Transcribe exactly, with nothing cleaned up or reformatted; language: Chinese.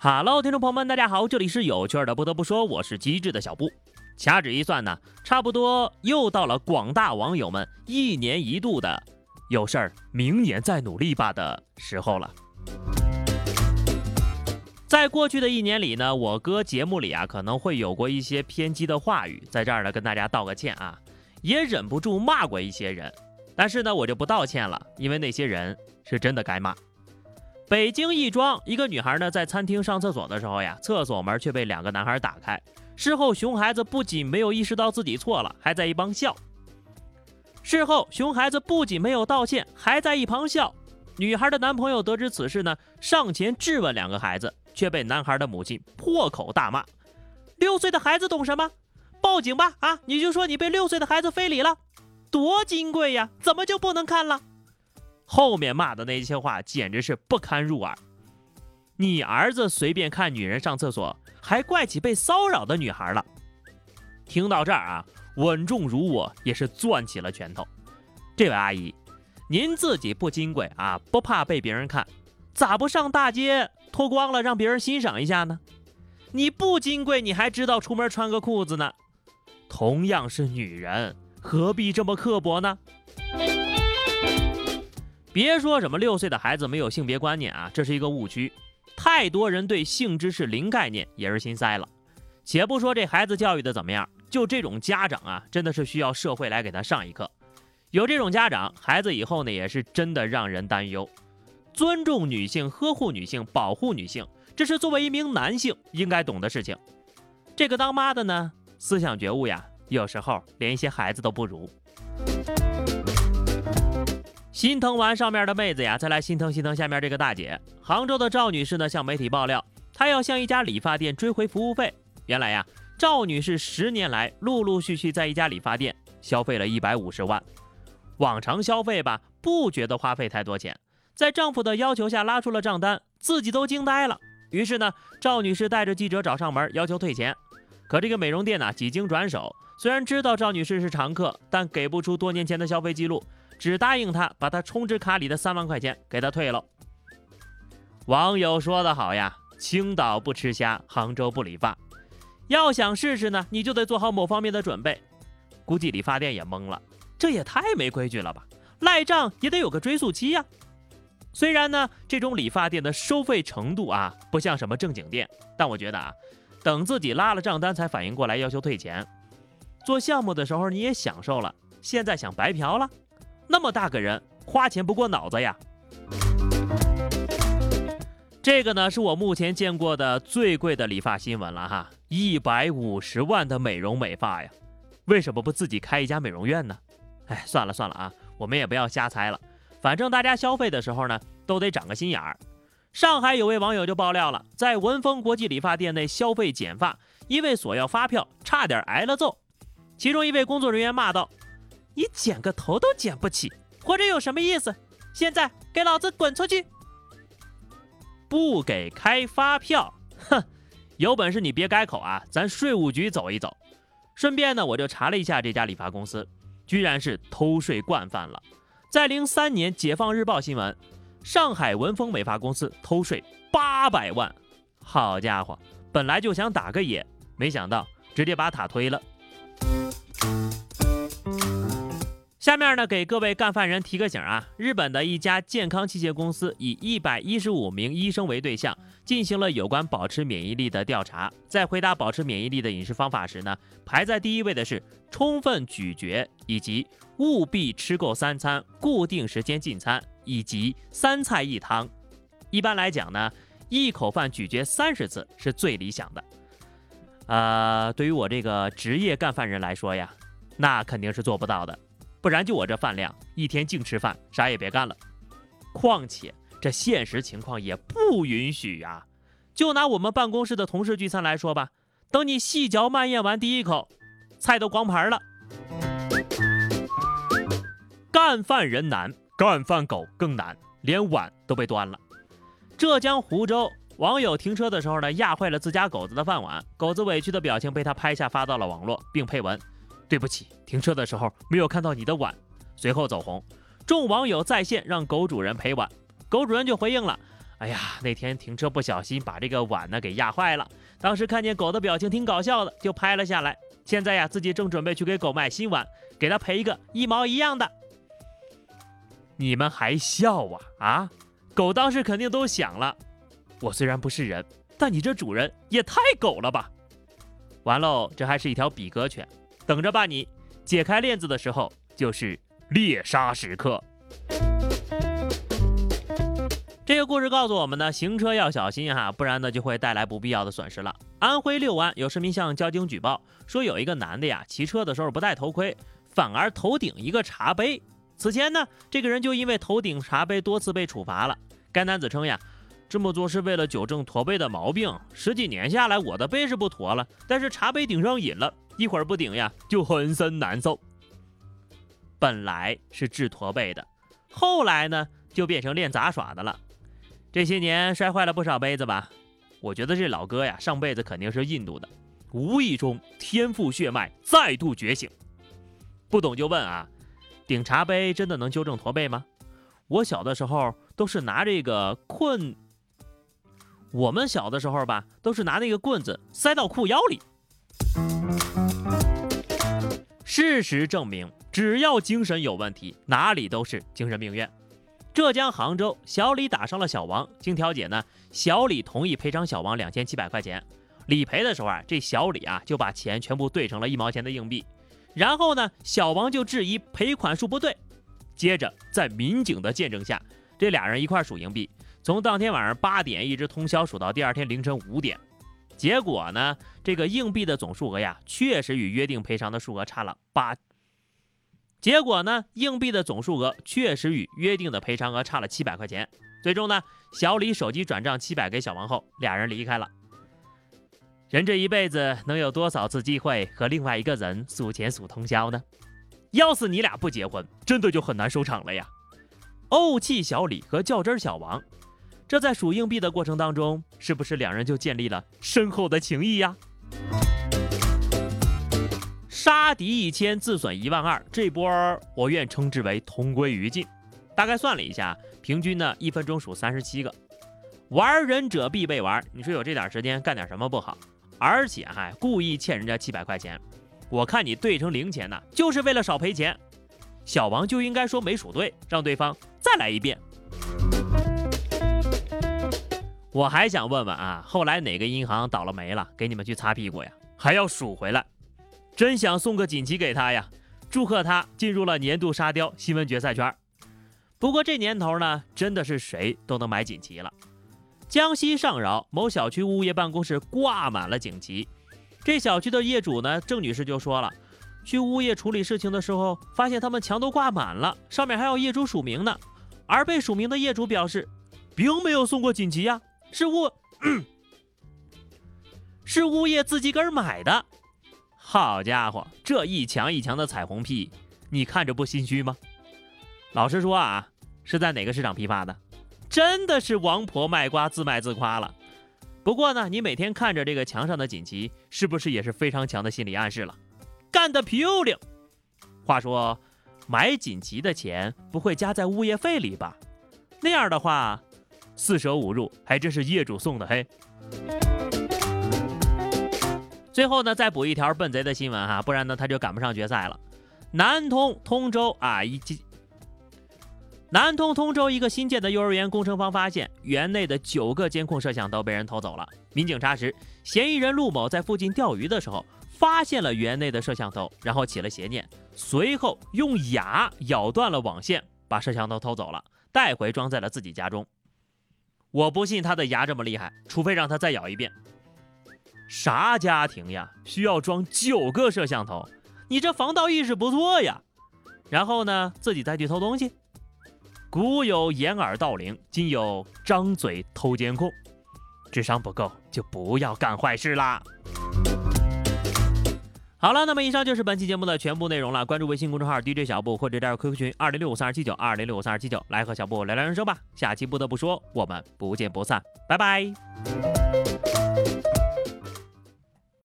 Hello， 听众朋友们，大家好，这里是有趣的不得不说，我是机智的小布。掐指一算呢，差不多又到了广大网友们一年一度的有事儿明年再努力吧的时候了。在过去的一年里呢，我哥节目里啊可能会有过一些偏激的话语，在这儿呢跟大家道个歉啊，也忍不住骂过一些人，但是呢我就不道歉了，因为那些人是真的该骂。北京亦庄一个女孩呢，在餐厅上厕所的时候呀，厕所门却被两个男孩打开。事后熊孩子不仅没有意识到自己错了，还在一旁笑。事后熊孩子不仅没有道歉，还在一旁笑。女孩的男朋友得知此事呢，上前质问两个孩子，却被男孩的母亲破口大骂：六岁的孩子懂什么？报警吧！啊，你就说你被六岁的孩子非礼了，多金贵呀，怎么就不能看了？后面骂的那些话简直是不堪入耳。你儿子随便看女人上厕所，还怪起被骚扰的女孩了。听到这儿啊，稳重如我也是攥起了拳头。这位阿姨，您自己不金贵啊，不怕被别人看，咋不上大街脱光了让别人欣赏一下呢？你不金贵，你还知道出门穿个裤子呢。同样是女人，何必这么刻薄呢？别说什么六岁的孩子没有性别观念啊，这是一个误区。太多人对性知识零概念，也是心塞了。且不说这孩子教育的怎么样，就这种家长啊，真的是需要社会来给他上一课。有这种家长，孩子以后呢也是真的让人担忧。尊重女性，呵护女性，保护女性，这是作为一名男性应该懂的事情。这个当妈的呢，思想觉悟呀，有时候连一些孩子都不如。心疼完上面的妹子呀，再来心疼心疼下面这个大姐。杭州的赵女士呢，向媒体爆料，她要向一家理发店追回服务费。原来呀，赵女士十年来陆陆续续在一家理发店消费了一百五十万。往常消费吧，不觉得花费太多钱，在丈夫的要求下拉出了账单，自己都惊呆了。于是呢，赵女士带着记者找上门，要求退钱。可这个美容店呢，几经转手，虽然知道赵女士是常客，但给不出多年前的消费记录，只答应他把他充值卡里的三万块钱给他退了。网友说得好呀，青岛不吃虾，杭州不理发。要想试试呢，你就得做好某方面的准备。估计理发店也懵了，这也太没规矩了吧，赖账也得有个追溯期呀。虽然呢，这种理发店的收费程度啊，不像什么正经店，但我觉得啊，等自己拉了账单才反应过来要求退钱。做项目的时候你也享受了，现在想白嫖了？那么大个人，花钱不过脑子呀。这个呢，是我目前见过的最贵的理发新闻了哈，一百五十万的美容美发呀，为什么不自己开一家美容院呢？哎，算了算了啊，我们也不要瞎猜了，反正大家消费的时候呢，都得长个心眼儿。上海有位网友就爆料了，在文峰国际理发店内消费剪发，因为索要发票，差点挨了揍。其中一位工作人员骂道：你剪个头都剪不起，活着有什么意思？现在给老子滚出去！不给开发票，哼，有本事你别改口啊，咱税务局走一走。顺便呢，我就查了一下这家理发公司，居然是偷税惯犯了。在零三年解放日报新闻，上海文峰美发公司偷税八百万，好家伙，本来就想打个野，没想到直接把塔推了。下面呢，给各位干饭人提个醒啊，日本的一家健康器械公司以一百一十五名医生为对象，进行了有关保持免疫力的调查。在回答保持免疫力的饮食方法时呢，排在第一位的是充分咀嚼，以及务必吃够三餐，固定时间进餐，以及三菜一汤。一般来讲呢，一口饭咀嚼三十次是最理想的。呃，对于我这个职业干饭人来说呀，那肯定是做不到的。不然就我这饭量，一天净吃饭，啥也别干了。况且这现实情况也不允许啊。就拿我们办公室的同事聚餐来说吧，等你细嚼慢咽完第一口，菜都光盘了。干饭人难，干饭狗更难，连碗都被端了。浙江湖州网友停车的时候呢，压坏了自家狗子的饭碗，狗子委屈的表情被他拍下发到了网络，并配文：对不起，停车的时候没有看到你的碗。随后走红，众网友在线让狗主人赔碗，狗主人就回应了： 哎呀，那天停车不小心把这个碗呢给压坏了，当时看见狗的表情挺搞笑的，就拍了下来。现在呀，自己正准备去给狗买新碗，给它赔一个一毛一样的。你们还笑啊啊！狗当时肯定都想了，我虽然不是人，但你这主人也太狗了吧！完喽，这还是一条比格犬，等着吧你！解开链子的时候就是猎杀时刻。这个故事告诉我们呢，行车要小心哈，不然呢就会带来不必要的损失了。安徽六安有市民向交警举报说，有一个男的呀，骑车的时候不戴头盔，反而头顶一个茶杯。此前呢，这个人就因为头顶茶杯多次被处罚了。该男子称呀，这么做是为了纠正驼背的毛病。十几年下来，我的背是不驼了，但是茶杯顶上瘾了，一会儿不顶呀，就浑身难受。本来是治驼背的，后来呢，就变成练杂耍的了。这些年摔坏了不少杯子吧？我觉得这老哥呀，上辈子肯定是印度的，无意中天赋血脉再度觉醒。不懂就问啊，顶茶杯真的能纠正驼背吗？我小的时候都是拿这个棍，我们小的时候吧，都是拿那个棍子塞到裤腰里。事实证明，只要精神有问题，哪里都是精神病院。浙江杭州，小李打伤了小王，经调解呢，小李同意赔偿小王两千七百块钱。理赔的时候啊，这小李啊就把钱全部兑成了一毛钱的硬币，然后呢，小王就质疑赔款数不对。接着在民警的见证下，这俩人一块数硬币，从当天晚上八点一直通宵数到第二天凌晨五点。结果呢，这个硬币的总数额呀，确实与约定赔偿的数额差了八。结果呢，硬币的总数额确实与约定的赔偿额差了七百块钱。最终呢，小李手机转账七百给小王后，俩人离开了。人这一辈子能有多少次机会和另外一个人数钱数通宵呢？要是你俩不结婚，真的就很难收场了呀。怄气小李和较真小王，这在数硬币的过程当中，是不是两人就建立了深厚的情谊呀？杀敌一千，自损一万二，这波我愿称之为同归于尽。大概算了一下，平均呢一分钟数三十七个。玩人者必被玩，你说有这点时间干点什么不好？而且还故意欠人家七百块钱，我看你兑成零钱呢，就是为了少赔钱。小王就应该说没数对，让对方再来一遍。我还想问问啊，后来哪个银行倒了霉了，给你们去擦屁股呀？还要数回来？真想送个锦旗给他呀，祝贺他进入了年度沙雕新闻决赛圈。不过这年头呢，真的是谁都能买锦旗了。江西上饶某小区物业办公室挂满了锦旗，这小区的业主呢，郑女士就说了，去物业处理事情的时候，发现他们墙都挂满了，上面还有业主署名呢。而被署名的业主表示，并没有送过锦旗呀，是物、嗯、是物业自己个儿买的。好家伙，这一墙一墙的彩虹屁，你看着不心虚吗？老实说啊，是在哪个市场批发的？真的是王婆卖瓜自卖自夸了。不过呢，你每天看着这个墙上的锦旗，是不是也是非常强的心理暗示了？干得漂亮！话说，买锦旗的钱不会加在物业费里吧？那样的话，四舍五入还真是业主送的嘿。最后呢，再补一条笨贼的新闻哈，不然呢他就赶不上决赛了。南通通州啊，一南通通州一个新建的幼儿园工程方发现，园内的九个监控摄像都被人偷走了。民警查实，嫌疑人陆某在附近钓鱼的时候，发现了园内的摄像头，然后起了邪念，随后用牙咬断了网线，把摄像头偷走了，带回装在了自己家中。我不信他的牙这么厉害，除非让他再咬一遍。啥家庭呀，需要装九个摄像头？你这防盗意识不错呀。然后呢，自己再去偷东西。古有掩耳盗铃，今有张嘴偷监控。智商不够就不要干坏事啦。好了，那么以上就是本期节目的全部内容了。关注微信公众号 D J 小布，或者加入 Q Q 群二零六五三二七九二零六五三二七九，来和小布聊聊人生吧。下期不得不说，我们不见不散，拜拜。